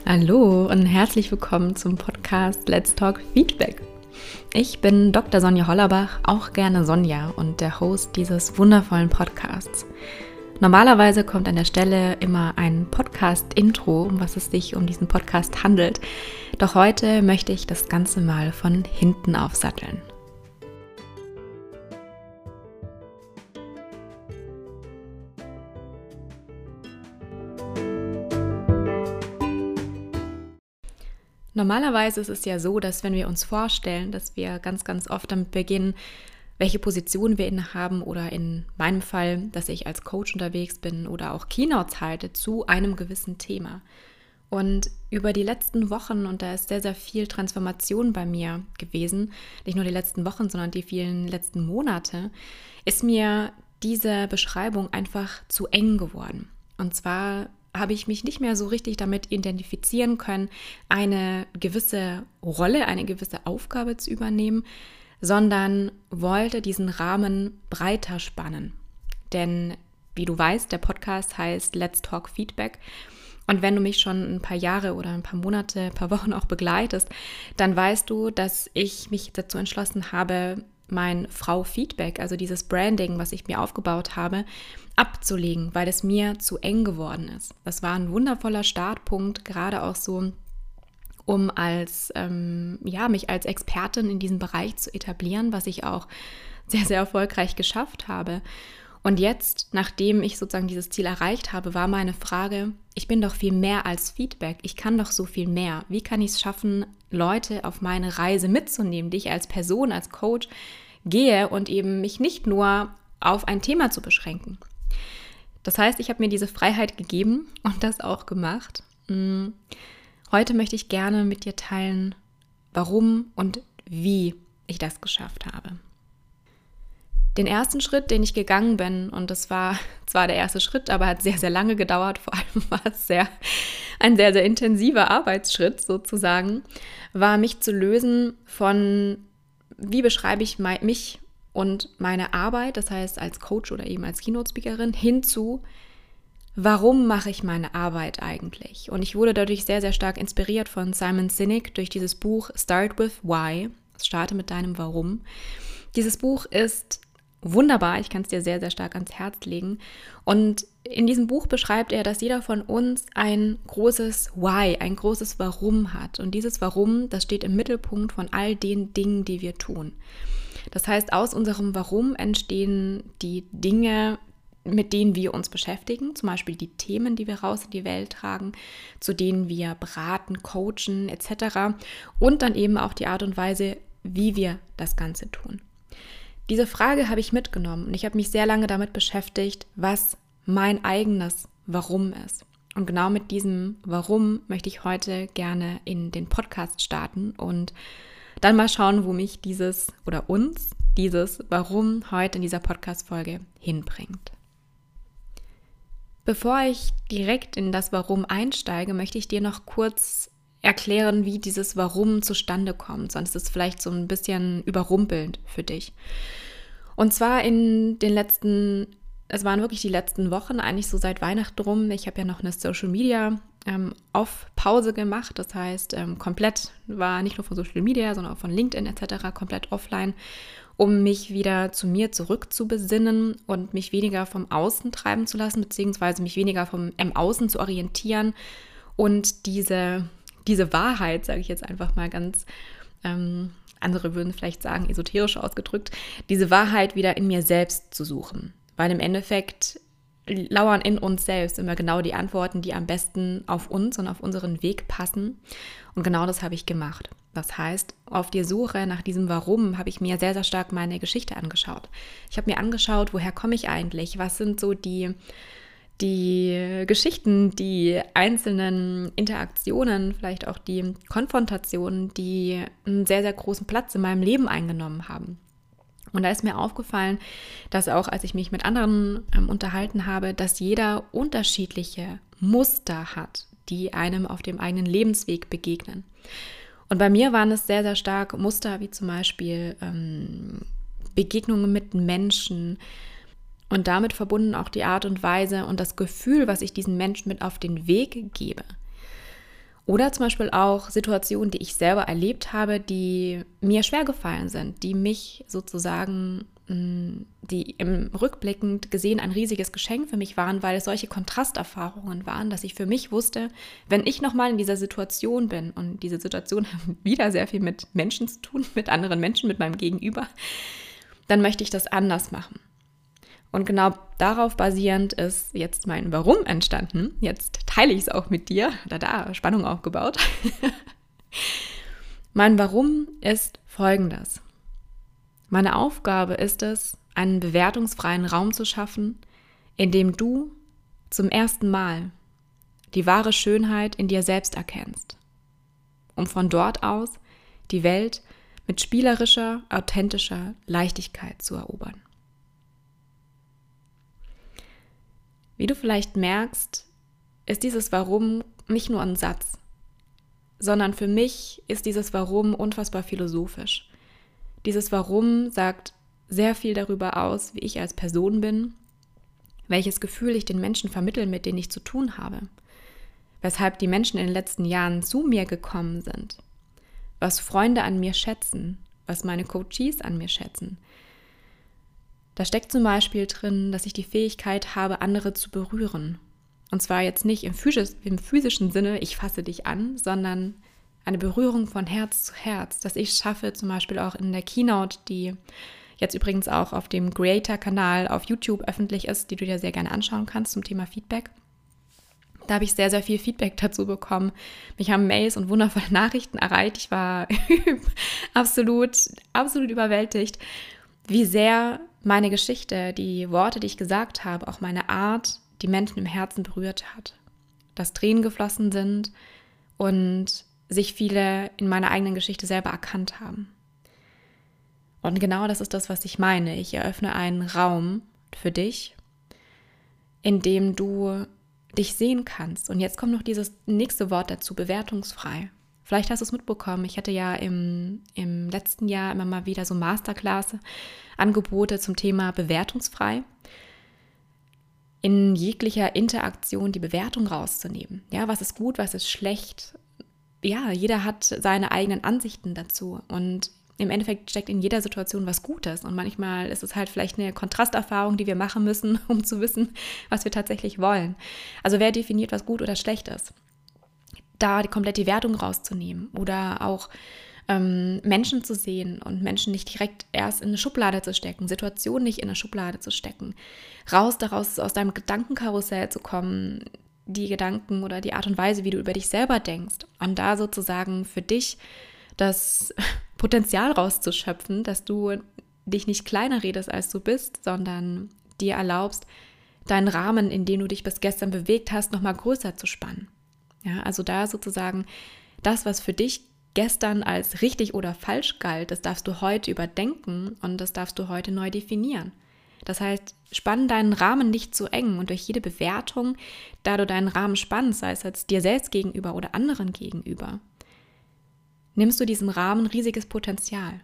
Hallo und herzlich willkommen zum Podcast Let's Talk Feedback. Ich bin Dr. Sonja Hollerbach, auch gerne Sonja, und der Host dieses wundervollen Podcasts. Normalerweise kommt an der Stelle immer ein Podcast-Intro, um was es sich um diesen Podcast handelt. Doch heute möchte ich das Ganze mal von hinten aufsatteln. Normalerweise ist es ja so, dass wenn wir uns vorstellen, dass wir ganz, ganz oft damit beginnen, welche Position wir innehaben oder in meinem Fall, dass ich als Coach unterwegs bin oder auch Keynotes halte zu einem gewissen Thema. Und über die letzten Wochen, und da ist sehr, sehr viel Transformation bei mir gewesen, nicht nur die letzten Wochen, sondern die vielen letzten Monate, ist mir diese Beschreibung einfach zu eng geworden. Und zwar habe ich mich nicht mehr so richtig damit identifizieren können, eine gewisse Rolle, eine gewisse Aufgabe zu übernehmen, sondern wollte diesen Rahmen breiter spannen. Denn wie du weißt, der Podcast heißt Let's Talk Feedback. Und wenn du mich schon ein paar Jahre oder ein paar Monate, ein paar Wochen auch begleitest, dann weißt du, dass ich mich dazu entschlossen habe, mein Frau-Feedback, also dieses Branding, was ich mir aufgebaut habe, abzulegen, weil es mir zu eng geworden ist. Das war ein wundervoller Startpunkt, gerade auch so, um mich als Expertin in diesem Bereich zu etablieren, was ich auch sehr, sehr erfolgreich geschafft habe. Und jetzt, nachdem ich sozusagen dieses Ziel erreicht habe, war meine Frage, ich bin doch viel mehr als Feedback, ich kann doch so viel mehr. Wie kann ich es schaffen, Leute auf meine Reise mitzunehmen, die ich als Person, als Coach gehe und eben mich nicht nur auf ein Thema zu beschränken. Das heißt, ich habe mir diese Freiheit gegeben und das auch gemacht. Heute möchte ich gerne mit dir teilen, warum und wie ich das geschafft habe. Den ersten Schritt, den ich gegangen bin, und das war zwar der erste Schritt, aber hat sehr, sehr lange gedauert, vor allem war es ein sehr, sehr intensiver Arbeitsschritt sozusagen, war mich zu lösen von, wie beschreibe ich mich und meine Arbeit, das heißt als Coach oder eben als Keynote-Speakerin, hinzu, warum mache ich meine Arbeit eigentlich? Und ich wurde dadurch sehr, sehr stark inspiriert von Simon Sinek durch dieses Buch Start with Why, starte mit deinem Warum. Dieses Buch ist wunderbar, ich kann es dir sehr, sehr stark ans Herz legen. Und in diesem Buch beschreibt er, dass jeder von uns ein großes Why, ein großes Warum hat. Und dieses Warum, das steht im Mittelpunkt von all den Dingen, die wir tun. Das heißt, aus unserem Warum entstehen die Dinge, mit denen wir uns beschäftigen, zum Beispiel die Themen, die wir raus in die Welt tragen, zu denen wir beraten, coachen etc. Und dann eben auch die Art und Weise, wie wir das Ganze tun. Diese Frage habe ich mitgenommen und ich habe mich sehr lange damit beschäftigt, was mein eigenes Warum ist. Und genau mit diesem Warum möchte ich heute gerne in den Podcast starten und dann mal schauen, wo mich dieses Warum heute in dieser Podcast-Folge hinbringt. Bevor ich direkt in das Warum einsteige, möchte ich dir noch kurz erklären, wie dieses Warum zustande kommt, sonst ist es vielleicht so ein bisschen überrumpelnd für dich. Und zwar es waren wirklich die letzten Wochen, eigentlich so seit Weihnachten rum. Ich habe ja noch eine Social Media auf Pause gemacht, das heißt komplett, war nicht nur von Social Media, sondern auch von LinkedIn etc. komplett offline, um mich wieder zu mir zurückzubesinnen und mich weniger vom Außen treiben zu lassen, beziehungsweise mich weniger vom Außen zu orientieren und diese Wahrheit, sage ich jetzt einfach mal ganz, andere würden vielleicht sagen, esoterisch ausgedrückt, diese Wahrheit wieder in mir selbst zu suchen. Weil im Endeffekt lauern in uns selbst immer genau die Antworten, die am besten auf uns und auf unseren Weg passen. Und genau das habe ich gemacht. Das heißt, auf der Suche nach diesem Warum habe ich mir sehr, sehr stark meine Geschichte angeschaut. Ich habe mir angeschaut, woher komme ich eigentlich? Was sind so die Geschichten, die einzelnen Interaktionen, vielleicht auch die Konfrontationen, die einen sehr, sehr großen Platz in meinem Leben eingenommen haben. Und da ist mir aufgefallen, dass auch, als ich mich mit anderen unterhalten habe, dass jeder unterschiedliche Muster hat, die einem auf dem eigenen Lebensweg begegnen. Und bei mir waren es sehr, sehr stark Muster, wie zum Beispiel Begegnungen mit Menschen, und damit verbunden auch die Art und Weise und das Gefühl, was ich diesen Menschen mit auf den Weg gebe. Oder zum Beispiel auch Situationen, die ich selber erlebt habe, die mir schwer gefallen sind, die mich sozusagen, die im Rückblickend gesehen ein riesiges Geschenk für mich waren, weil es solche Kontrasterfahrungen waren, dass ich für mich wusste, wenn ich nochmal in dieser Situation bin, und diese Situation hat wieder sehr viel mit Menschen zu tun, mit anderen Menschen, mit meinem Gegenüber, dann möchte ich das anders machen. Und genau darauf basierend ist jetzt mein Warum entstanden. Jetzt teile ich es auch mit dir. Spannung aufgebaut. Mein Warum ist folgendes. Meine Aufgabe ist es, einen bewertungsfreien Raum zu schaffen, in dem du zum ersten Mal die wahre Schönheit in dir selbst erkennst, um von dort aus die Welt mit spielerischer, authentischer Leichtigkeit zu erobern. Wie du vielleicht merkst, ist dieses Warum nicht nur ein Satz, sondern für mich ist dieses Warum unfassbar philosophisch. Dieses Warum sagt sehr viel darüber aus, wie ich als Person bin, welches Gefühl ich den Menschen vermittle, mit denen ich zu tun habe, weshalb die Menschen in den letzten Jahren zu mir gekommen sind, was Freunde an mir schätzen, was meine Coaches an mir schätzen. Da steckt zum Beispiel drin, dass ich die Fähigkeit habe, andere zu berühren. Und zwar jetzt nicht im physischen Sinne, ich fasse dich an, sondern eine Berührung von Herz zu Herz, dass ich schaffe, zum Beispiel auch in der Keynote, die jetzt übrigens auch auf dem Creator-Kanal auf YouTube öffentlich ist, die du dir sehr gerne anschauen kannst zum Thema Feedback. Da habe ich sehr, sehr viel Feedback dazu bekommen. Mich haben Mails und wundervolle Nachrichten erreicht. Ich war absolut überwältigt, wie sehr meine Geschichte, die Worte, die ich gesagt habe, auch meine Art, die Menschen im Herzen berührt hat. Dass Tränen geflossen sind und sich viele in meiner eigenen Geschichte selber erkannt haben. Und genau das ist das, was ich meine. Ich eröffne einen Raum für dich, in dem du dich sehen kannst. Und jetzt kommt noch dieses nächste Wort dazu, bewertungsfrei. Vielleicht hast du es mitbekommen, ich hatte ja im letzten Jahr immer mal wieder so Masterclass-Angebote zum Thema bewertungsfrei. In jeglicher Interaktion die Bewertung rauszunehmen. Ja, was ist gut, was ist schlecht? Ja, jeder hat seine eigenen Ansichten dazu. Und im Endeffekt steckt in jeder Situation was Gutes. Und manchmal ist es halt vielleicht eine Kontrasterfahrung, die wir machen müssen, um zu wissen, was wir tatsächlich wollen. Also wer definiert, was gut oder schlecht ist? Da komplett die Wertung rauszunehmen oder auch Menschen zu sehen und Menschen nicht direkt erst in eine Schublade zu stecken, Situationen nicht in eine Schublade zu stecken, daraus aus deinem Gedankenkarussell zu kommen, die Gedanken oder die Art und Weise, wie du über dich selber denkst und da sozusagen für dich das Potenzial rauszuschöpfen, dass du dich nicht kleiner redest, als du bist, sondern dir erlaubst, deinen Rahmen, in dem du dich bis gestern bewegt hast, nochmal größer zu spannen. Ja, also da sozusagen das, was für dich gestern als richtig oder falsch galt, das darfst du heute überdenken und das darfst du heute neu definieren. Das heißt, spann deinen Rahmen nicht zu eng und durch jede Bewertung, da du deinen Rahmen spannst, sei es jetzt dir selbst gegenüber oder anderen gegenüber, nimmst du diesem Rahmen riesiges Potenzial.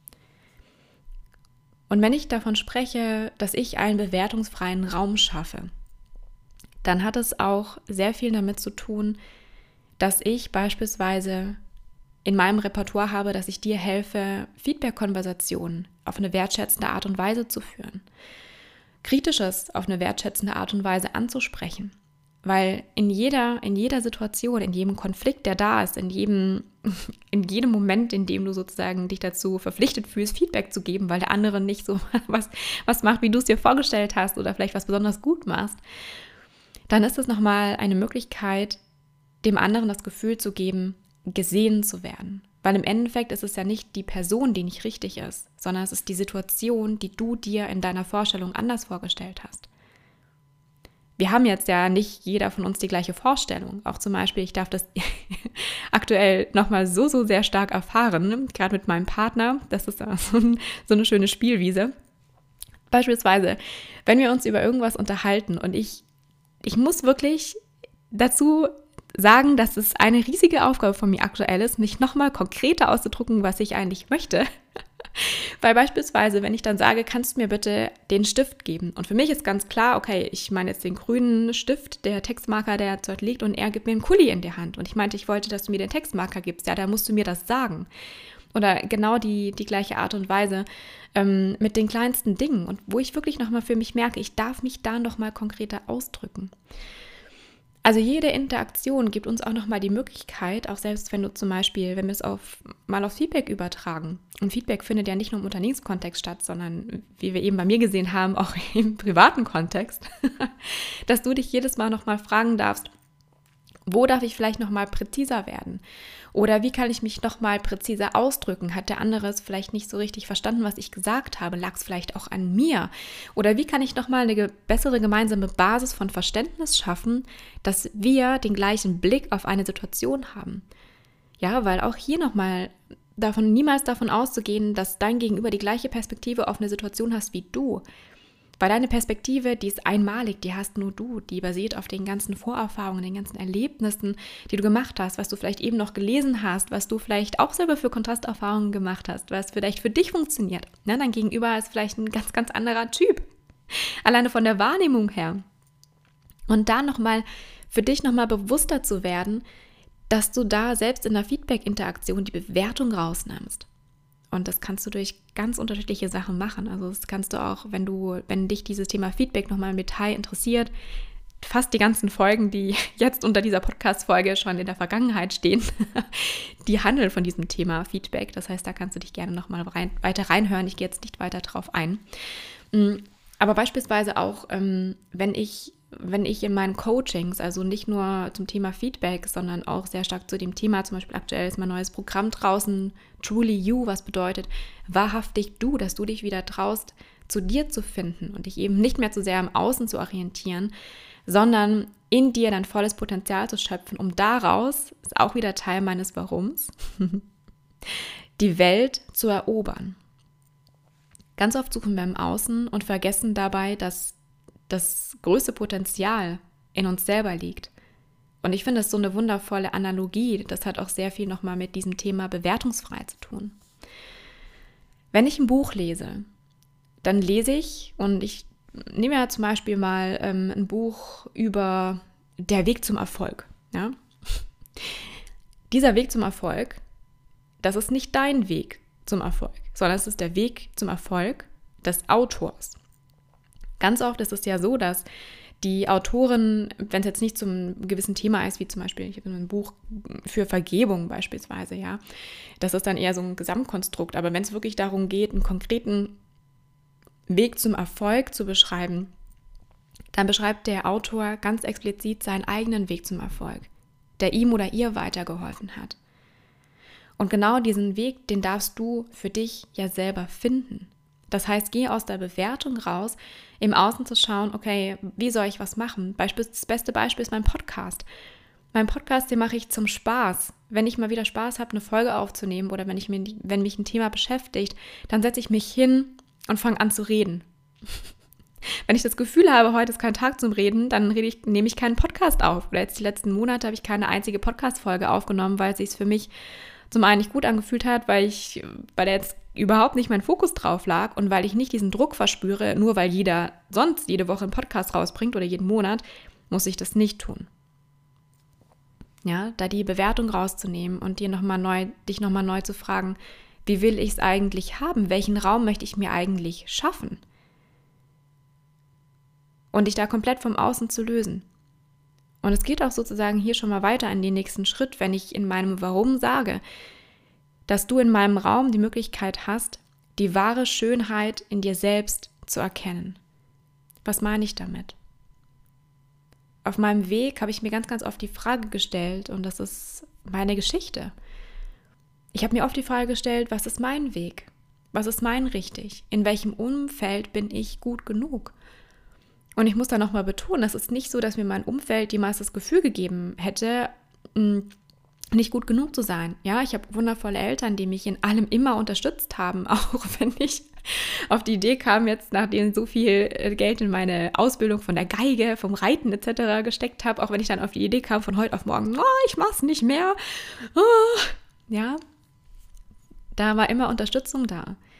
Und wenn ich davon spreche, dass ich einen bewertungsfreien Raum schaffe, dann hat es auch sehr viel damit zu tun, dass ich beispielsweise in meinem Repertoire habe, dass ich dir helfe, Feedback-Konversationen auf eine wertschätzende Art und Weise zu führen. Kritisches auf eine wertschätzende Art und Weise anzusprechen. Weil in jeder Situation, in jedem Konflikt, der da ist, in jedem Moment, in dem du sozusagen dich dazu verpflichtet fühlst, Feedback zu geben, weil der andere nicht so was macht, wie du es dir vorgestellt hast oder vielleicht was besonders gut machst, dann ist es nochmal eine Möglichkeit, dem anderen das Gefühl zu geben, gesehen zu werden. Weil im Endeffekt ist es ja nicht die Person, die nicht richtig ist, sondern es ist die Situation, die du dir in deiner Vorstellung anders vorgestellt hast. Wir haben jetzt ja nicht jeder von uns die gleiche Vorstellung. Auch zum Beispiel, ich darf das aktuell nochmal so sehr stark erfahren, gerade mit meinem Partner. Das ist so eine schöne Spielwiese. Beispielsweise, wenn wir uns über irgendwas unterhalten und ich muss wirklich dazu sagen, dass es eine riesige Aufgabe von mir aktuell ist, mich nochmal konkreter auszudrücken, was ich eigentlich möchte. Weil beispielsweise, wenn ich dann sage, kannst du mir bitte den Stift geben? Und für mich ist ganz klar, okay, ich meine jetzt den grünen Stift, der Textmarker, der dort liegt, und er gibt mir einen Kuli in die Hand. Und ich meinte, ich wollte, dass du mir den Textmarker gibst. Ja, da musst du mir das sagen. Oder genau die gleiche Art und Weise mit den kleinsten Dingen. Und wo ich wirklich nochmal für mich merke, ich darf mich da nochmal konkreter ausdrücken. Also jede Interaktion gibt uns auch nochmal die Möglichkeit, auch selbst wenn du zum Beispiel, wenn wir es mal auf Feedback übertragen, und Feedback findet ja nicht nur im Unternehmenskontext statt, sondern, wie wir eben bei mir gesehen haben, auch im privaten Kontext, dass du dich jedes Mal nochmal fragen darfst, wo darf ich vielleicht nochmal präziser werden? Oder wie kann ich mich nochmal präziser ausdrücken? Hat der andere es vielleicht nicht so richtig verstanden, was ich gesagt habe? Lag es vielleicht auch an mir? Oder wie kann ich nochmal eine bessere gemeinsame Basis von Verständnis schaffen, dass wir den gleichen Blick auf eine Situation haben? Ja, weil auch hier nochmal niemals davon auszugehen, dass dein Gegenüber die gleiche Perspektive auf eine Situation hast wie du. Weil deine Perspektive, die ist einmalig, die hast nur du, die basiert auf den ganzen Vorerfahrungen, den ganzen Erlebnissen, die du gemacht hast, was du vielleicht eben noch gelesen hast, was du vielleicht auch selber für Kontrasterfahrungen gemacht hast, was vielleicht für dich funktioniert. Ne? Dein Gegenüber ist vielleicht ein ganz, ganz anderer Typ, alleine von der Wahrnehmung her. Und da nochmal für dich nochmal bewusster zu werden, dass du da selbst in der Feedback-Interaktion die Bewertung rausnimmst. Und das kannst du durch ganz unterschiedliche Sachen machen. Also das kannst du auch, wenn dich dieses Thema Feedback nochmal im Detail interessiert, fast die ganzen Folgen, die jetzt unter dieser Podcast-Folge schon in der Vergangenheit stehen, die handeln von diesem Thema Feedback. Das heißt, da kannst du dich gerne nochmal weiter reinhören. Ich gehe jetzt nicht weiter drauf ein. Aber beispielsweise auch, wenn ich in meinen Coachings, also nicht nur zum Thema Feedback, sondern auch sehr stark zu dem Thema, zum Beispiel aktuell ist mein neues Programm draußen, Truly You, was bedeutet, wahrhaftig du, dass du dich wieder traust, zu dir zu finden und dich eben nicht mehr zu sehr am Außen zu orientieren, sondern in dir dein volles Potenzial zu schöpfen, um daraus, ist auch wieder Teil meines Warums, die Welt zu erobern. Ganz oft suchen wir im Außen und vergessen dabei, dass das größte Potenzial in uns selber liegt. Und ich finde es so eine wundervolle Analogie. Das hat auch sehr viel nochmal mit diesem Thema bewertungsfrei zu tun. Wenn ich ein Buch lese, dann lese ich, und ich nehme ja zum Beispiel mal ein Buch über der Weg zum Erfolg. Ja? Dieser Weg zum Erfolg, das ist nicht dein Weg zum Erfolg, sondern es ist der Weg zum Erfolg des Autors. Ganz oft ist es ja so, dass die Autoren, wenn es jetzt nicht zum gewissen Thema ist, wie zum Beispiel, ich habe ein Buch für Vergebung beispielsweise, ja, das ist dann eher so ein Gesamtkonstrukt. Aber wenn es wirklich darum geht, einen konkreten Weg zum Erfolg zu beschreiben, dann beschreibt der Autor ganz explizit seinen eigenen Weg zum Erfolg, der ihm oder ihr weitergeholfen hat. Und genau diesen Weg, den darfst du für dich ja selber finden. Das heißt, geh aus der Bewertung raus, im Außen zu schauen, okay, wie soll ich was machen? Das beste Beispiel ist mein Podcast. Mein Podcast, den mache ich zum Spaß. Wenn ich mal wieder Spaß habe, eine Folge aufzunehmen oder wenn mich ein Thema beschäftigt, dann setze ich mich hin und fange an zu reden. Wenn ich das Gefühl habe, heute ist kein Tag zum Reden, dann nehme ich keinen Podcast auf. Oder jetzt die letzten Monate habe ich keine einzige Podcast-Folge aufgenommen, weil es sich für mich zum einen nicht gut angefühlt hat, weil da jetzt überhaupt nicht mein Fokus drauf lag und weil ich nicht diesen Druck verspüre, nur weil jeder sonst jede Woche einen Podcast rausbringt oder jeden Monat, muss ich das nicht tun. Ja, da die Bewertung rauszunehmen und dich nochmal neu zu fragen, wie will ich es eigentlich haben? Welchen Raum möchte ich mir eigentlich schaffen? Und dich da komplett vom Außen zu lösen. Und es geht auch sozusagen hier schon mal weiter in den nächsten Schritt, wenn ich in meinem Warum sage, dass du in meinem Raum die Möglichkeit hast, die wahre Schönheit in dir selbst zu erkennen. Was meine ich damit? Auf meinem Weg habe ich mir ganz, ganz oft die Frage gestellt, und das ist meine Geschichte. Ich habe mir oft die Frage gestellt, was ist mein Weg? Was ist mein richtig? In welchem Umfeld bin ich gut genug? Und ich muss da nochmal betonen, es ist nicht so, dass mir mein Umfeld jemals das Gefühl gegeben hätte, nicht gut genug zu sein. Ja, ich habe wundervolle Eltern, die mich in allem immer unterstützt haben, auch wenn ich auf die Idee kam, jetzt nachdem so viel Geld in meine Ausbildung von der Geige, vom Reiten etc. gesteckt habe, auch wenn ich dann auf die Idee kam, von heute auf morgen, ich mach's nicht mehr. Ja, da war immer Unterstützung da.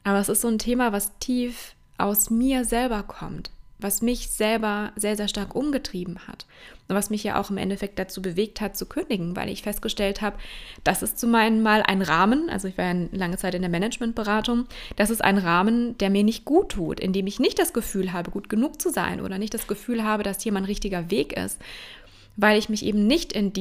Aber es ist so ein Thema, was tief aus mir selber kommt, was mich selber sehr, sehr stark umgetrieben hat und was mich ja auch im Endeffekt dazu bewegt hat, zu kündigen, weil ich festgestellt habe, das ist zum einen mal ein Rahmen, also ich war ja lange Zeit in der Managementberatung, das ist ein Rahmen, der mir nicht gut tut, in dem ich nicht das Gefühl habe, gut genug zu sein oder nicht das Gefühl habe, dass hier mein richtiger Weg ist, weil ich mich eben nicht in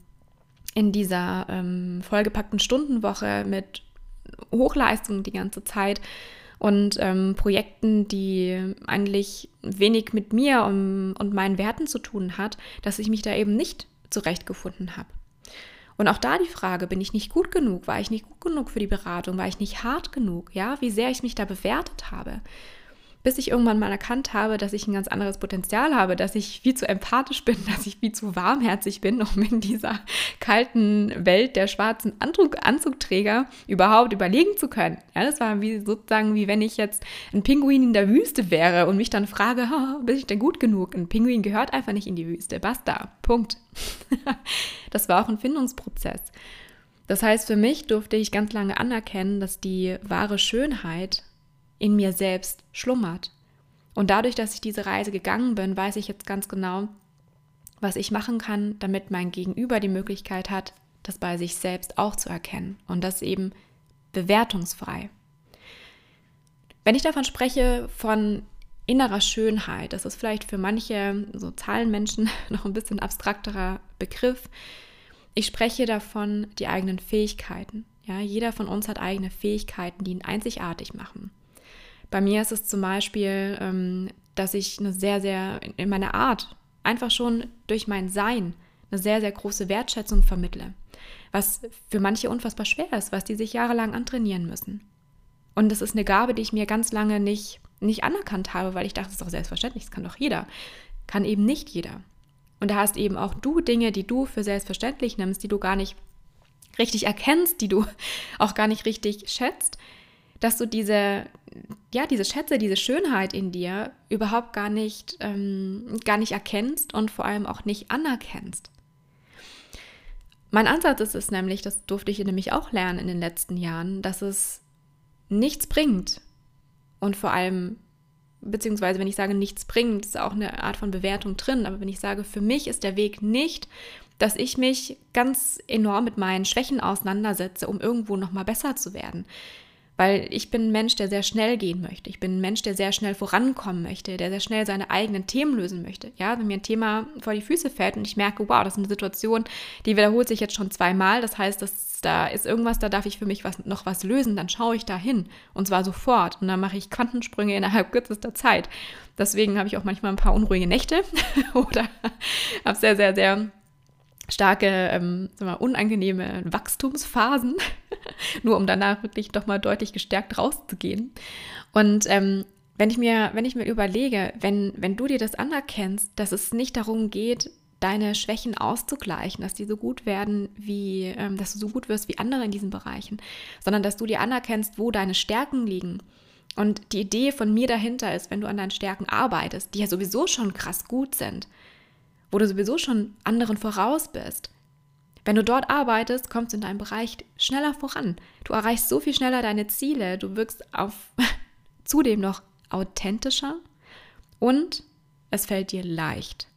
dieser vollgepackten Stundenwoche mit Hochleistung die ganze Zeit und Projekten, die eigentlich wenig mit mir und meinen Werten zu tun hat, dass ich mich da eben nicht zurechtgefunden habe. Und auch da die Frage, bin ich nicht gut genug? War ich nicht gut genug für die Beratung? War ich nicht hart genug? Ja, wie sehr ich mich da bewertet habe? Bis ich irgendwann mal erkannt habe, dass ich ein ganz anderes Potenzial habe, dass ich viel zu empathisch bin, dass ich viel zu warmherzig bin, um in dieser kalten Welt der schwarzen Anzugträger überhaupt überlegen zu können. Ja, das war sozusagen wie wenn ich jetzt ein Pinguin in der Wüste wäre und mich dann frage, bin ich denn gut genug? Ein Pinguin gehört einfach nicht in die Wüste. Basta. Punkt. Das war auch ein Findungsprozess. Das heißt, für mich durfte ich ganz lange anerkennen, dass die wahre Schönheit in mir selbst schlummert. Und dadurch, dass ich diese Reise gegangen bin, weiß ich jetzt ganz genau, was ich machen kann, damit mein Gegenüber die Möglichkeit hat, das bei sich selbst auch zu erkennen. Und das eben bewertungsfrei. Wenn ich davon spreche, von innerer Schönheit, das ist vielleicht für manche so Zahlenmenschen noch ein bisschen abstrakterer Begriff. Ich spreche davon, die eigenen Fähigkeiten. Ja, jeder von uns hat eigene Fähigkeiten, die ihn einzigartig machen. Bei mir ist es zum Beispiel, dass ich eine sehr, sehr in meiner Art, einfach schon durch mein Sein, eine sehr, sehr große Wertschätzung vermittle. Was für manche unfassbar schwer ist, was die sich jahrelang antrainieren müssen. Und das ist eine Gabe, die ich mir ganz lange nicht anerkannt habe, weil ich dachte, das ist doch selbstverständlich, das kann doch jeder. Kann eben nicht jeder. Und da hast eben auch du Dinge, die du für selbstverständlich nimmst, die du gar nicht richtig erkennst, die du auch gar nicht richtig schätzt, dass du diese Schätze, diese Schönheit in dir überhaupt gar nicht erkennst und vor allem auch nicht anerkennst. Mein Ansatz ist es nämlich, das durfte ich nämlich auch lernen in den letzten Jahren, dass es nichts bringt und vor allem, beziehungsweise wenn ich sage nichts bringt, ist auch eine Art von Bewertung drin, aber wenn ich sage, für mich ist der Weg nicht, dass ich mich ganz enorm mit meinen Schwächen auseinandersetze, um irgendwo nochmal besser zu werden. Weil ich bin ein Mensch, der sehr schnell gehen möchte. Ich bin ein Mensch, der sehr schnell vorankommen möchte, der sehr schnell seine eigenen Themen lösen möchte. Ja, wenn mir ein Thema vor die Füße fällt und ich merke, wow, das ist eine Situation, die wiederholt sich jetzt schon 2-mal. Das heißt, da ist irgendwas, da darf ich für mich noch was lösen. Dann schaue ich da hin und zwar sofort. Und dann mache ich Quantensprünge innerhalb kürzester Zeit. Deswegen habe ich auch manchmal ein paar unruhige Nächte oder habe sehr, sehr, sehr starke, unangenehme Wachstumsphasen, nur um danach wirklich doch mal deutlich gestärkt rauszugehen. Und wenn ich mir überlege, wenn du dir das anerkennst, dass es nicht darum geht, deine Schwächen auszugleichen, dass die so gut werden dass du so gut wirst wie andere in diesen Bereichen, sondern dass du dir anerkennst, wo deine Stärken liegen. Und die Idee von mir dahinter ist, wenn du an deinen Stärken arbeitest, die ja sowieso schon krass gut sind, wo du sowieso schon anderen voraus bist. Wenn du dort arbeitest, kommst du in deinem Bereich schneller voran. Du erreichst so viel schneller deine Ziele, du wirkst zudem noch authentischer und es fällt dir leicht.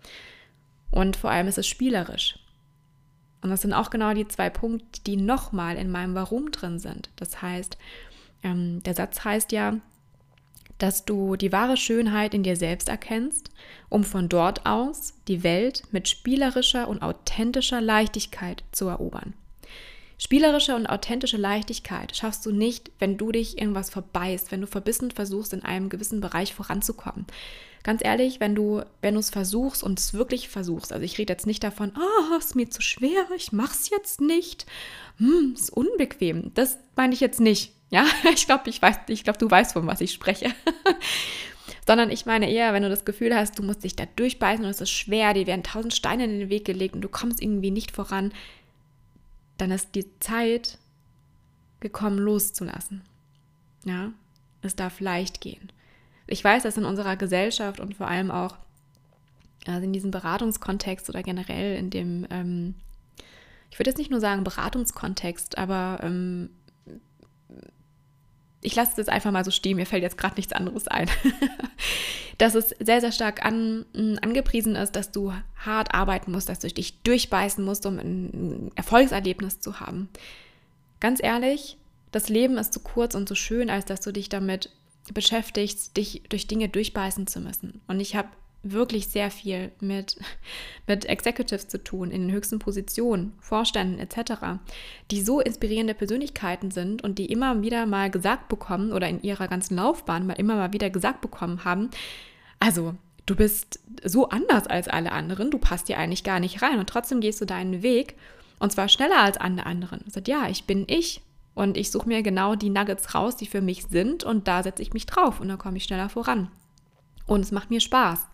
Und vor allem ist es spielerisch. Und das sind auch genau die 2 Punkte, die nochmal in meinem Warum drin sind. Das heißt, der Satz heißt ja, dass du die wahre Schönheit in dir selbst erkennst, um von dort aus die Welt mit spielerischer und authentischer Leichtigkeit zu erobern. Spielerische und authentische Leichtigkeit schaffst du nicht, wenn du dich irgendwas verbeißt, wenn du verbissen versuchst, in einem gewissen Bereich voranzukommen. Ganz ehrlich, wenn du es versuchst und es wirklich versuchst, also ich rede jetzt nicht davon, es ist mir zu schwer, ich mach's jetzt nicht, ist unbequem, das meine ich jetzt nicht. Ja, ich glaube, du weißt, von was ich spreche. Sondern ich meine eher, wenn du das Gefühl hast, du musst dich da durchbeißen und es ist schwer, dir werden 1000 Steine in den Weg gelegt und du kommst irgendwie nicht voran, dann ist die Zeit gekommen, loszulassen. Ja, es darf leicht gehen. Ich weiß, dass in unserer Gesellschaft und vor allem auch in diesem Beratungskontext oder generell in dem, ich würde jetzt nicht nur sagen Beratungskontext, aber ich lasse es jetzt einfach mal so stehen, mir fällt jetzt gerade nichts anderes ein, dass es sehr, sehr stark angepriesen ist, dass du hart arbeiten musst, dass du dich durchbeißen musst, um ein Erfolgserlebnis zu haben. Ganz ehrlich, das Leben ist zu kurz und zu schön, als dass du dich damit beschäftigst, dich durch Dinge durchbeißen zu müssen. Und ich habe wirklich sehr viel mit Executives zu tun, in den höchsten Positionen, Vorständen etc., die so inspirierende Persönlichkeiten sind und die immer wieder mal gesagt bekommen oder in ihrer ganzen Laufbahn immer mal wieder gesagt bekommen haben, also du bist so anders als alle anderen, du passt hier eigentlich gar nicht rein und trotzdem gehst du deinen Weg und zwar schneller als alle anderen. Ich sage, ja, ich bin ich und ich suche mir genau die Nuggets raus, die für mich sind und da setze ich mich drauf und dann komme ich schneller voran. Und es macht mir Spaß.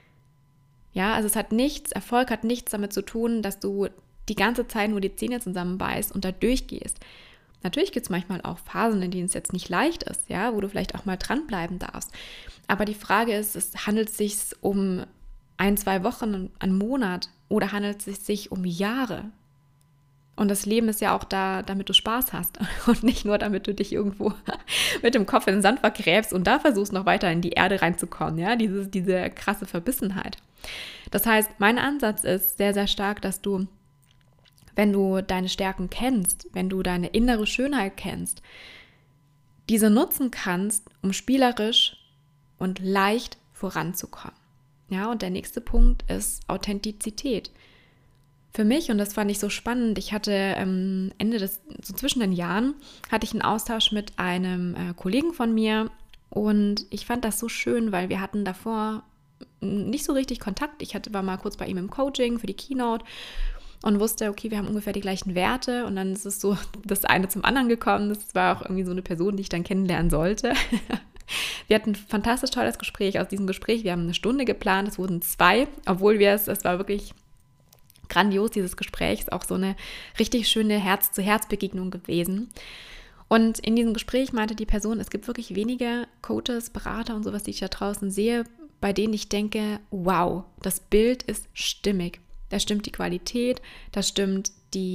Ja, also Erfolg hat nichts damit zu tun, dass du die ganze Zeit nur die Zähne zusammenbeißt und da durchgehst. Natürlich gibt es manchmal auch Phasen, in denen es jetzt nicht leicht ist, ja, wo du vielleicht auch mal dranbleiben darfst. Aber die Frage ist, handelt es sich um 1-2 Wochen, einen Monat oder handelt es sich um Jahre? Und das Leben ist ja auch da, damit du Spaß hast und nicht nur, damit du dich irgendwo mit dem Kopf in den Sand vergräbst und da versuchst, noch weiter in die Erde reinzukommen, ja, diese krasse Verbissenheit. Das heißt, mein Ansatz ist sehr, sehr stark, dass du, wenn du deine Stärken kennst, wenn du deine innere Schönheit kennst, diese nutzen kannst, um spielerisch und leicht voranzukommen. Ja, und der nächste Punkt ist Authentizität. Für mich, und das fand ich so spannend, ich hatte so zwischen den Jahren, hatte ich einen Austausch mit einem Kollegen von mir und ich fand das so schön, weil wir hatten davor nicht so richtig Kontakt. War mal kurz bei ihm im Coaching für die Keynote und wusste, okay, wir haben ungefähr die gleichen Werte und dann ist es so das eine zum anderen gekommen. Das war auch irgendwie so eine Person, die ich dann kennenlernen sollte. Wir hatten ein fantastisch tolles Gespräch aus diesem Gespräch. Wir haben 1 Stunde geplant, es wurden 2, obwohl es war wirklich grandios, dieses Gespräch, ist auch so eine richtig schöne Herz-zu-Herz-Begegnung gewesen. Und in diesem Gespräch meinte die Person, es gibt wirklich wenige Coaches, Berater und sowas, die ich da draußen sehe, bei denen ich denke, wow, das Bild ist stimmig. Da stimmt die Qualität, da stimmt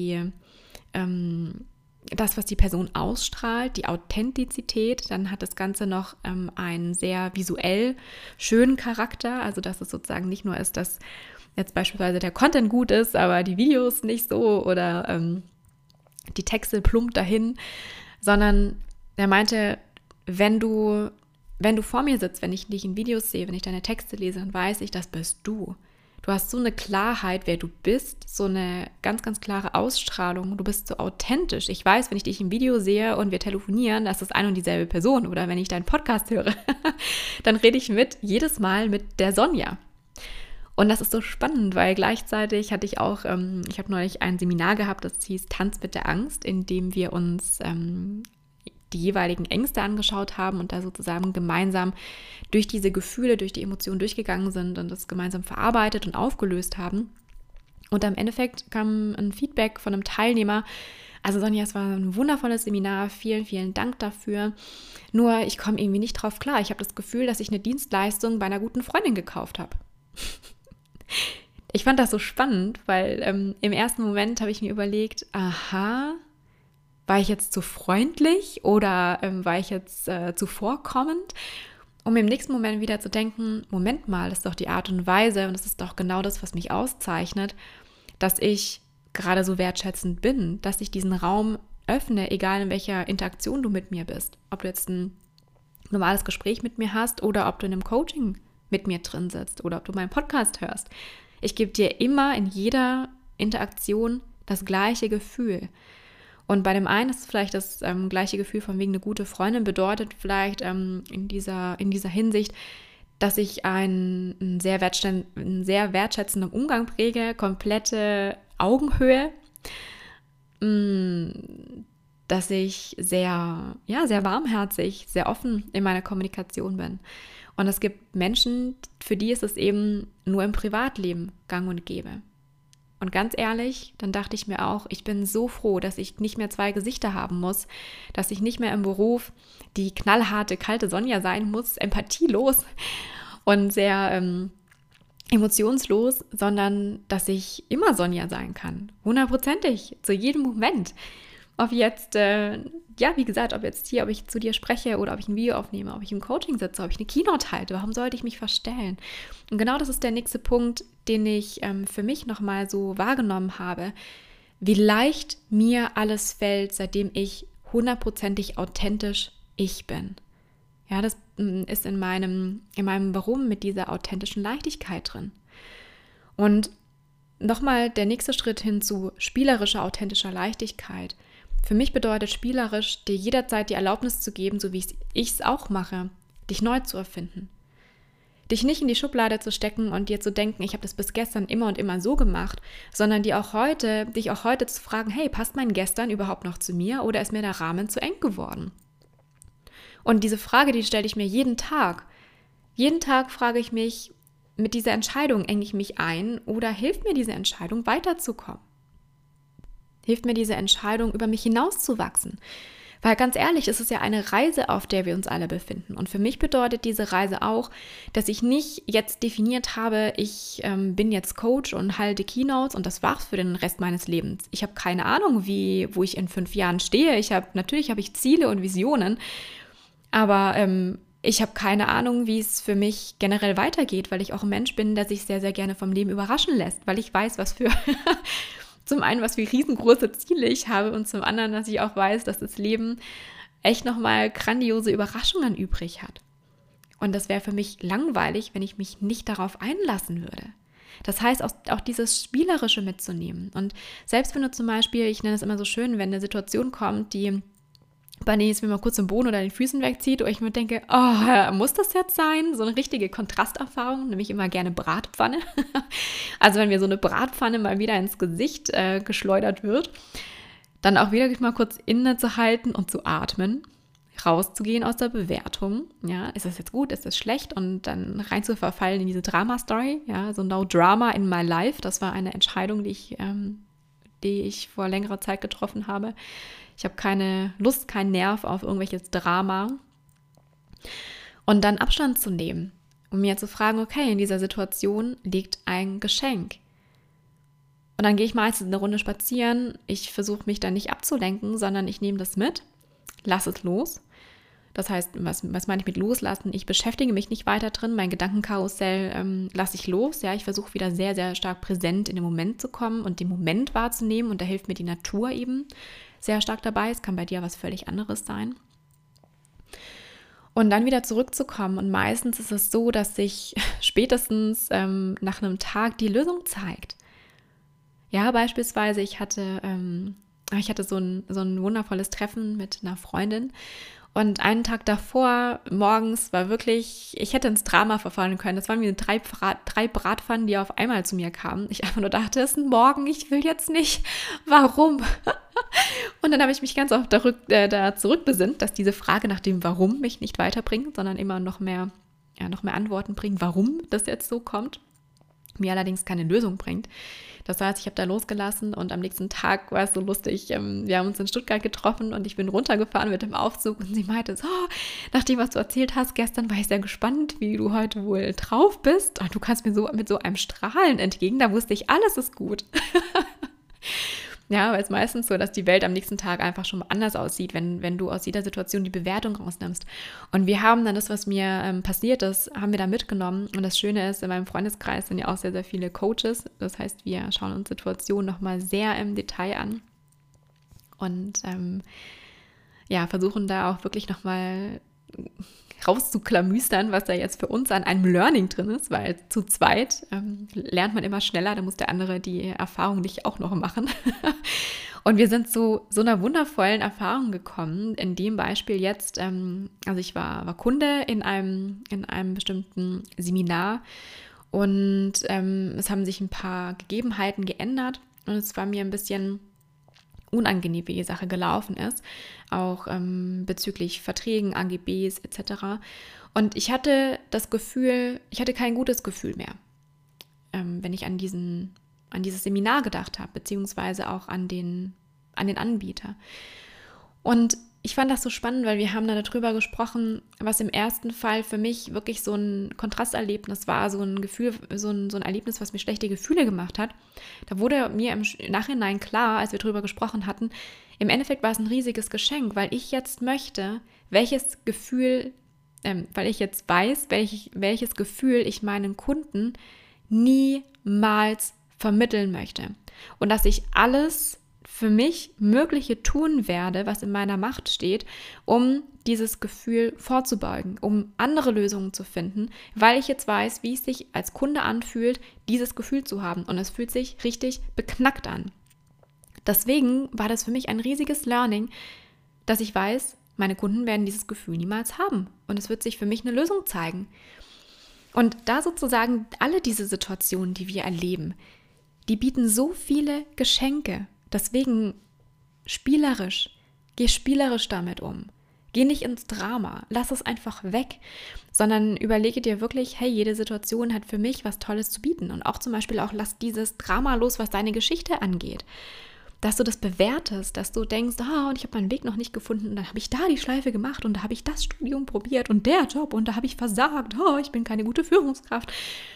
das, was die Person ausstrahlt, die Authentizität. Dann hat das Ganze noch einen sehr visuell schönen Charakter, also dass es sozusagen nicht nur ist, dass jetzt beispielsweise der Content gut ist, aber die Videos nicht so oder die Texte plump dahin, sondern er meinte, wenn du vor mir sitzt, wenn ich dich in Videos sehe, wenn ich deine Texte lese, dann weiß ich, das bist du. Du hast so eine Klarheit, wer du bist, so eine ganz, ganz klare Ausstrahlung. Du bist so authentisch. Ich weiß, wenn ich dich im Video sehe und wir telefonieren, das ist ein und dieselbe Person. Oder wenn ich deinen Podcast höre, dann rede ich jedes Mal mit der Sonja. Und das ist so spannend, weil gleichzeitig hatte ich auch, ich habe neulich ein Seminar gehabt, das hieß Tanz mit der Angst, in dem wir uns die jeweiligen Ängste angeschaut haben und da sozusagen gemeinsam durch diese Gefühle, durch die Emotionen durchgegangen sind und das gemeinsam verarbeitet und aufgelöst haben. Und am Endeffekt kam ein Feedback von einem Teilnehmer, also Sonja, es war ein wundervolles Seminar, vielen, vielen Dank dafür. Nur ich komme irgendwie nicht drauf klar. Ich habe das Gefühl, dass ich eine Dienstleistung bei einer guten Freundin gekauft habe. Ich fand das so spannend, weil im ersten Moment habe ich mir überlegt, aha, war ich jetzt zu freundlich oder war ich jetzt zuvorkommend? Um im nächsten Moment wieder zu denken, Moment mal, das ist doch die Art und Weise und das ist doch genau das, was mich auszeichnet, dass ich gerade so wertschätzend bin, dass ich diesen Raum öffne, egal in welcher Interaktion du mit mir bist. Ob du jetzt ein normales Gespräch mit mir hast oder ob du in einem Coaching mit mir drin sitzt oder ob du meinen Podcast hörst. Ich gebe dir immer in jeder Interaktion das gleiche Gefühl. Und bei dem einen ist es vielleicht das gleiche Gefühl von wegen eine gute Freundin, bedeutet vielleicht in dieser Hinsicht, dass ich einen sehr wertschätzenden Umgang präge, komplette Augenhöhe, dass ich sehr warmherzig, sehr offen in meiner Kommunikation bin. Und es gibt Menschen, für die ist es eben nur im Privatleben gang und gäbe. Und ganz ehrlich, dann dachte ich mir auch, ich bin so froh, dass ich nicht mehr 2 Gesichter haben muss, dass ich nicht mehr im Beruf die knallharte, kalte Sonja sein muss, empathielos und sehr emotionslos, sondern dass ich immer Sonja sein kann, 100%, zu jedem Moment. Ob jetzt, wie gesagt, ob ich zu dir spreche oder ob ich ein Video aufnehme, ob ich im Coaching sitze, ob ich eine Keynote halte, warum sollte ich mich verstellen? Und genau das ist der nächste Punkt, den ich für mich nochmal so wahrgenommen habe, wie leicht mir alles fällt, seitdem ich 100%ig authentisch ich bin. Ja, das ist in meinem Warum mit dieser authentischen Leichtigkeit drin. Und nochmal der nächste Schritt hin zu spielerischer, authentischer Leichtigkeit. Für mich bedeutet spielerisch, dir jederzeit die Erlaubnis zu geben, so wie ich es auch mache, dich neu zu erfinden. Dich nicht in die Schublade zu stecken und dir zu denken, ich habe das bis gestern immer und immer so gemacht, sondern dich auch heute zu fragen, hey, passt mein Gestern überhaupt noch zu mir oder ist mir der Rahmen zu eng geworden? Und diese Frage, die stelle ich mir jeden Tag. Jeden Tag frage ich mich, mit dieser Entscheidung enge ich mich ein oder hilft mir diese Entscheidung weiterzukommen? Hilft mir diese Entscheidung, über mich hinauszuwachsen? Weil ganz ehrlich, es ist ja eine Reise, auf der wir uns alle befinden. Und für mich bedeutet diese Reise auch, dass ich nicht jetzt definiert habe, ich bin jetzt Coach und halte Keynotes und das war's für den Rest meines Lebens. Ich habe keine Ahnung, wo ich in 5 Jahren stehe. Natürlich habe ich Ziele und Visionen, aber ich habe keine Ahnung, wie es für mich generell weitergeht, weil ich auch ein Mensch bin, der sich sehr, sehr gerne vom Leben überraschen lässt, weil ich weiß, zum einen, was für riesengroße Ziele ich habe und zum anderen, dass ich auch weiß, dass das Leben echt nochmal grandiose Überraschungen übrig hat. Und das wäre für mich langweilig, wenn ich mich nicht darauf einlassen würde. Das heißt, auch dieses Spielerische mitzunehmen. Und selbst wenn du zum Beispiel, ich nenne es immer so schön, wenn eine Situation kommt, bei denen es mir mal kurz den Boden oder den Füßen wegzieht, oder ich mir denke, oh, muss das jetzt sein? So eine richtige Kontrasterfahrung, nämlich immer gerne Bratpfanne. Also wenn mir so eine Bratpfanne mal wieder ins Gesicht geschleudert wird, dann auch wieder mal kurz innezuhalten und zu atmen, rauszugehen aus der Bewertung. Ja, ist das jetzt gut, ist das schlecht? Und dann rein zu verfallen in diese Drama-Story. Ja, so no drama in my life. Das war eine Entscheidung, die ich vor längerer Zeit getroffen habe. Ich habe keine Lust, keinen Nerv auf irgendwelches Drama. Und dann Abstand zu nehmen, um mir zu fragen, okay, in dieser Situation liegt ein Geschenk. Und dann gehe ich meistens eine Runde spazieren. Ich versuche mich dann nicht abzulenken, sondern ich nehme das mit, lasse es los. Das heißt, was meine ich mit loslassen? Ich beschäftige mich nicht weiter drin. Mein Gedankenkarussell lasse ich los. Ja, ich versuche wieder sehr, sehr stark präsent in den Moment zu kommen und den Moment wahrzunehmen. Und da hilft mir die Natur eben sehr stark dabei. Es kann bei dir was völlig anderes sein. Und dann wieder zurückzukommen. Und meistens ist es so, dass sich spätestens nach einem Tag die Lösung zeigt. Ja, beispielsweise, ich hatte so ein wundervolles Treffen mit einer Freundin. Und einen Tag davor, morgens, war wirklich, ich hätte ins Drama verfallen können. Das waren wie 3 Bratpfannen, die auf einmal zu mir kamen. Ich einfach nur dachte, es ist ein Morgen, ich will jetzt nicht. Warum? Und dann habe ich mich ganz oft da zurückbesinnt, dass diese Frage nach dem Warum mich nicht weiterbringt, sondern immer noch mehr Antworten bringt, warum das jetzt so kommt. Mir allerdings keine Lösung bringt. Das heißt, ich habe da losgelassen und am nächsten Tag war es so lustig, wir haben uns in Stuttgart getroffen und ich bin runtergefahren mit dem Aufzug und sie meinte so, nach dem, was du erzählt hast gestern, war ich sehr gespannt, wie du heute wohl drauf bist. Und du kannst mir so mit so einem Strahlen entgegen, da wusste ich, alles ist gut. Ja, weil es meistens so, dass die Welt am nächsten Tag einfach schon anders aussieht, wenn du aus jeder Situation die Bewertung rausnimmst. Und wir haben dann das, was mir passiert ist, haben wir da mitgenommen. Und das Schöne ist, in meinem Freundeskreis sind ja auch sehr, sehr viele Coaches. Das heißt, wir schauen uns Situationen nochmal sehr im Detail an. Und versuchen da auch wirklich nochmal rauszuklamüstern, was da jetzt für uns an einem Learning drin ist, weil zu zweit lernt man immer schneller, da muss der andere die Erfahrung nicht auch noch machen. Und wir sind zu so einer wundervollen Erfahrung gekommen, in dem Beispiel jetzt, also ich war Kunde in einem bestimmten Seminar und es haben sich ein paar Gegebenheiten geändert und es war mir ein bisschen unangenehm, wie die Sache gelaufen ist, auch bezüglich Verträgen, AGBs etc. Und ich hatte das Gefühl, ich hatte kein gutes Gefühl mehr, wenn ich an dieses Seminar gedacht habe, beziehungsweise auch an den Anbieter. Und ich fand das so spannend, weil wir haben da darüber gesprochen, was im ersten Fall für mich wirklich so ein Kontrasterlebnis war, so ein Gefühl, so ein Erlebnis, was mir schlechte Gefühle gemacht hat. Da wurde mir im Nachhinein klar, als wir darüber gesprochen hatten, im Endeffekt war es ein riesiges Geschenk, weil ich jetzt möchte, welches Gefühl, weil ich jetzt weiß, welches Gefühl ich meinen Kunden niemals vermitteln möchte. Und dass ich alles für mich Mögliche tun werde, was in meiner Macht steht, um dieses Gefühl vorzubeugen, um andere Lösungen zu finden, weil ich jetzt weiß, wie es sich als Kunde anfühlt, dieses Gefühl zu haben. Und es fühlt sich richtig beknackt an. Deswegen war das für mich ein riesiges Learning, dass ich weiß, meine Kunden werden dieses Gefühl niemals haben. Und es wird sich für mich eine Lösung zeigen. Und da sozusagen alle diese Situationen, die wir erleben, die bieten so viele Geschenke. Deswegen geh spielerisch damit um. Geh nicht ins Drama, lass es einfach weg, sondern überlege dir wirklich, hey, jede Situation hat für mich was Tolles zu bieten. Und auch zum Beispiel lass dieses Drama los, was deine Geschichte angeht. Dass du das bewertest, dass du denkst, und ich habe meinen Weg noch nicht gefunden und dann habe ich da die Schleife gemacht und da habe ich das Studium probiert und der Job und da habe ich versagt, ich bin keine gute Führungskraft.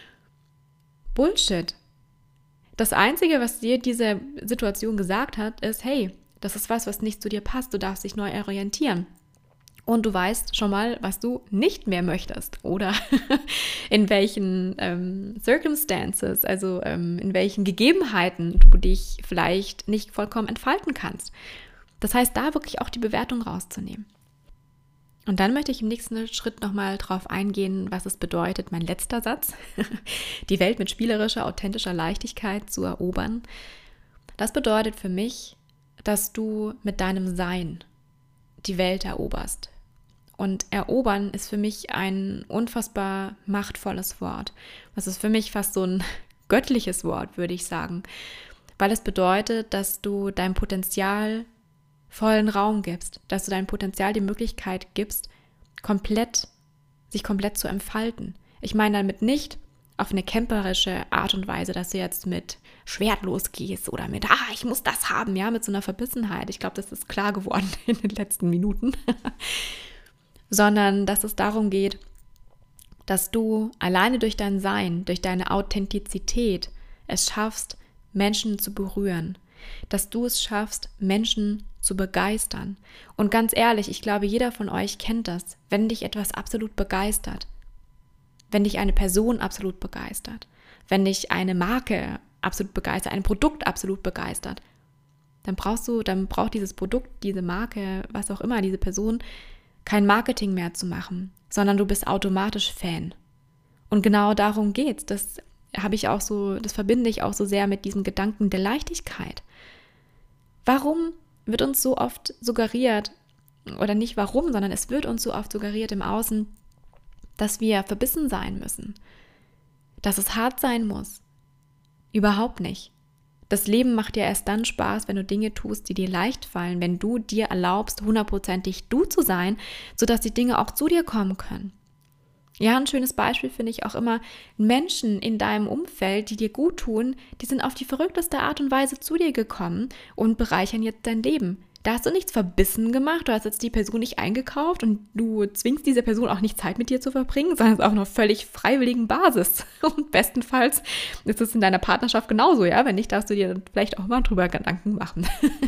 Bullshit. Das Einzige, was dir diese Situation gesagt hat, ist, hey, das ist was nicht zu dir passt, du darfst dich neu orientieren. Und du weißt schon mal, was du nicht mehr möchtest oder in welchen Circumstances, also in welchen Gegebenheiten du dich vielleicht nicht vollkommen entfalten kannst. Das heißt, da wirklich auch die Bewertung rauszunehmen. Und dann möchte ich im nächsten Schritt nochmal drauf eingehen, was es bedeutet, mein letzter Satz, die Welt mit spielerischer, authentischer Leichtigkeit zu erobern. Das bedeutet für mich, dass du mit deinem Sein die Welt eroberst. Und erobern ist für mich ein unfassbar machtvolles Wort. Das ist für mich fast so ein göttliches Wort, würde ich sagen, weil es bedeutet, dass du deinem Potenzial vollen Raum gibst, dass du deinem Potenzial die Möglichkeit gibst, sich komplett zu entfalten. Ich meine damit nicht auf eine camperische Art und Weise, dass du jetzt mit Schwert losgehst oder mit, ich muss das haben, ja, mit so einer Verbissenheit. Ich glaube, das ist klar geworden in den letzten Minuten. Sondern, dass es darum geht, dass du alleine durch dein Sein, durch deine Authentizität es schaffst, Menschen zu berühren. Dass du es schaffst, Menschen zu begeistern. Und ganz ehrlich, ich glaube, jeder von euch kennt das, wenn dich etwas absolut begeistert, wenn dich eine Person absolut begeistert, wenn dich eine Marke absolut begeistert, ein Produkt absolut begeistert, dann braucht dieses Produkt, diese Marke, was auch immer, diese Person, kein Marketing mehr zu machen, sondern du bist automatisch Fan. Und genau darum geht's. Das verbinde ich auch so sehr mit diesem Gedanken der Leichtigkeit. Warum wird uns so oft suggeriert, oder nicht warum, sondern es wird uns so oft suggeriert im Außen, dass wir verbissen sein müssen, dass es hart sein muss? Überhaupt nicht. Das Leben macht dir erst dann Spaß, wenn du Dinge tust, die dir leicht fallen, wenn du dir erlaubst, 100%ig du zu sein, sodass die Dinge auch zu dir kommen können. Ja, ein schönes Beispiel finde ich auch immer, Menschen in deinem Umfeld, die dir gut tun, die sind auf die verrückteste Art und Weise zu dir gekommen und bereichern jetzt dein Leben. Da hast du nichts verbissen gemacht, du hast jetzt die Person nicht eingekauft und du zwingst diese Person auch nicht Zeit mit dir zu verbringen, sondern es ist auf einer völlig freiwilligen Basis. Und bestenfalls ist es in deiner Partnerschaft genauso, ja? Wenn nicht, darfst du dir vielleicht auch mal drüber Gedanken machen.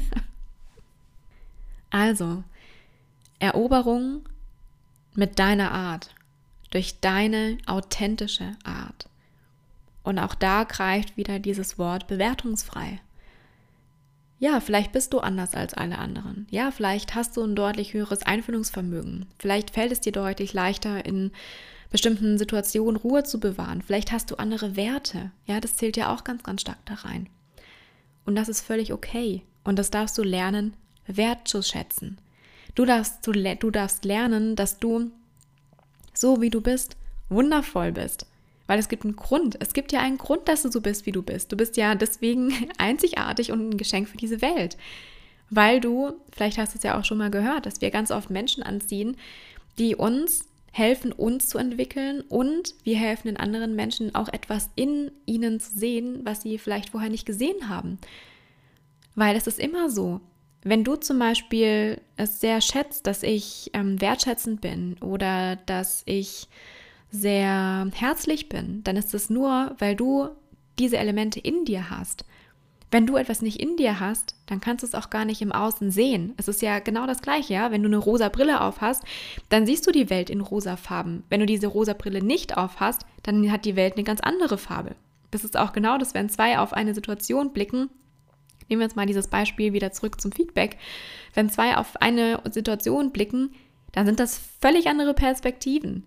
Also, Eroberung mit deiner Art, durch deine authentische Art. Und auch da greift wieder dieses Wort bewertungsfrei. Ja, vielleicht bist du anders als alle anderen. Ja, vielleicht hast du ein deutlich höheres Einfühlungsvermögen. Vielleicht fällt es dir deutlich leichter, in bestimmten Situationen Ruhe zu bewahren. Vielleicht hast du andere Werte. Ja, das zählt ja auch ganz, ganz stark da rein. Und das ist völlig okay. Und das darfst du lernen, wertzuschätzen. Du darfst lernen, dass du, so wie du bist, wundervoll bist. Weil es gibt einen Grund. Es gibt ja einen Grund, dass du so bist, wie du bist. Du bist ja deswegen einzigartig und ein Geschenk für diese Welt. Weil du, vielleicht hast du es ja auch schon mal gehört, dass wir ganz oft Menschen anziehen, die uns helfen, uns zu entwickeln, und wir helfen den anderen Menschen auch etwas in ihnen zu sehen, was sie vielleicht vorher nicht gesehen haben. Weil es ist immer so, Wenn du zum Beispiel es sehr schätzt, dass ich wertschätzend bin oder dass ich sehr herzlich bin, dann ist es nur, weil du diese Elemente in dir hast. Wenn du etwas nicht in dir hast, dann kannst du es auch gar nicht im Außen sehen. Es ist ja genau das Gleiche, ja. Wenn du eine rosa Brille auf hast, dann siehst du die Welt in rosa Farben. Wenn du diese rosa Brille nicht auf hast, dann hat die Welt eine ganz andere Farbe. Das ist auch genau das, wenn zwei auf eine Situation blicken. Nehmen wir jetzt mal dieses Beispiel wieder zurück zum Feedback. Wenn zwei auf eine Situation blicken, dann sind das völlig andere Perspektiven.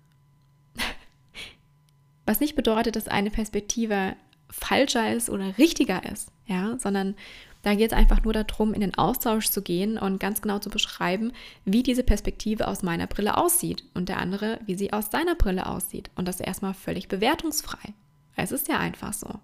Was nicht bedeutet, dass eine Perspektive falscher ist oder richtiger ist, ja, sondern da geht es einfach nur darum, in den Austausch zu gehen und ganz genau zu beschreiben, wie diese Perspektive aus meiner Brille aussieht und der andere, wie sie aus seiner Brille aussieht. Und das erstmal völlig bewertungsfrei. Es ist ja einfach so.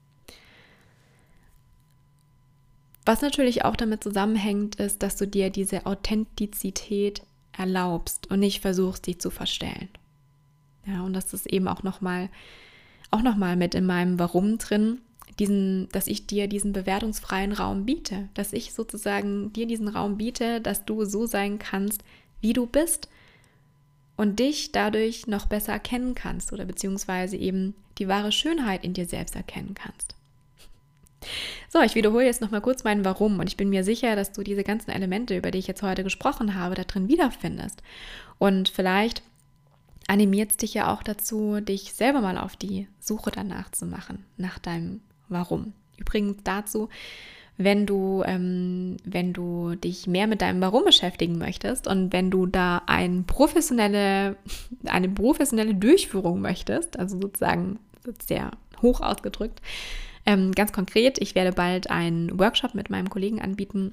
Was natürlich auch damit zusammenhängt, ist, dass du dir diese Authentizität erlaubst und nicht versuchst, die zu verstellen. Ja, und das ist eben auch nochmal mit in meinem Warum drin, dass ich dir diesen bewertungsfreien Raum biete, dass ich sozusagen dir diesen Raum biete, dass du so sein kannst, wie du bist und dich dadurch noch besser erkennen kannst oder beziehungsweise eben die wahre Schönheit in dir selbst erkennen kannst. So, ich wiederhole jetzt nochmal kurz meinen Warum und ich bin mir sicher, dass du diese ganzen Elemente, über die ich jetzt heute gesprochen habe, da drin wiederfindest. Und vielleicht animiert es dich ja auch dazu, dich selber mal auf die Suche danach zu machen, nach deinem Warum. Übrigens dazu, wenn du dich mehr mit deinem Warum beschäftigen möchtest und wenn du da eine professionelle Durchführung möchtest, also sozusagen sehr hoch ausgedrückt, ganz konkret, ich werde bald einen Workshop mit meinem Kollegen anbieten,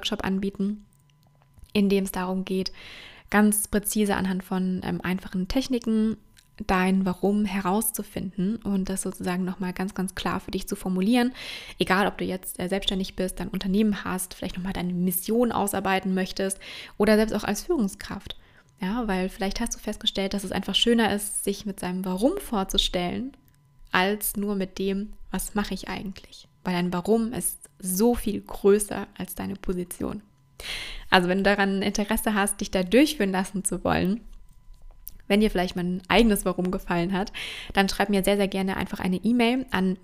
in dem es darum geht, ganz präzise anhand von einfachen Techniken dein Warum herauszufinden und das sozusagen nochmal ganz, ganz klar für dich zu formulieren. Egal, ob du jetzt selbstständig bist, dein Unternehmen hast, vielleicht nochmal deine Mission ausarbeiten möchtest oder selbst auch als Führungskraft. Ja, weil vielleicht hast du festgestellt, dass es einfach schöner ist, sich mit seinem Warum vorzustellen, als nur mit dem, was mache ich eigentlich. Weil dein Warum ist so viel größer als deine Position. Also wenn du daran Interesse hast, dich da durchführen lassen zu wollen, wenn dir vielleicht mein eigenes Warum gefallen hat, dann schreib mir sehr, sehr gerne einfach eine E-Mail an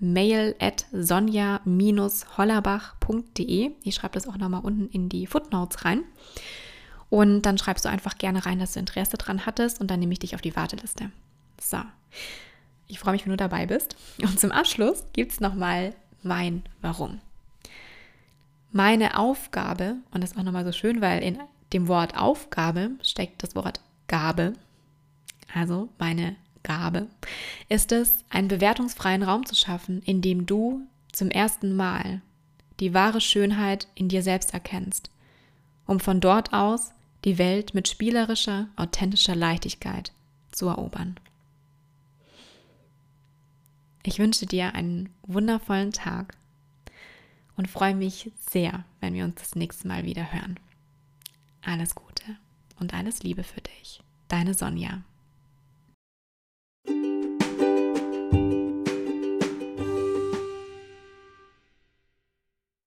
mail@sonja-hollerbach.de. Ich schreibe das auch nochmal unten in die Footnotes rein. Und dann schreibst du einfach gerne rein, dass du Interesse dran hattest und dann nehme ich dich auf die Warteliste. So, ich freue mich, wenn du dabei bist. Und zum Abschluss gibt es nochmal mein Warum. Meine Aufgabe, und das ist auch nochmal so schön, weil in dem Wort Aufgabe steckt das Wort Gabe, also meine Gabe, ist es, einen bewertungsfreien Raum zu schaffen, in dem du zum ersten Mal die wahre Schönheit in dir selbst erkennst, um von dort aus die Welt mit spielerischer, authentischer Leichtigkeit zu erobern. Ich wünsche dir einen wundervollen Tag und freue mich sehr, wenn wir uns das nächste Mal wieder hören. Alles Gute und alles Liebe für dich. Deine Sonja.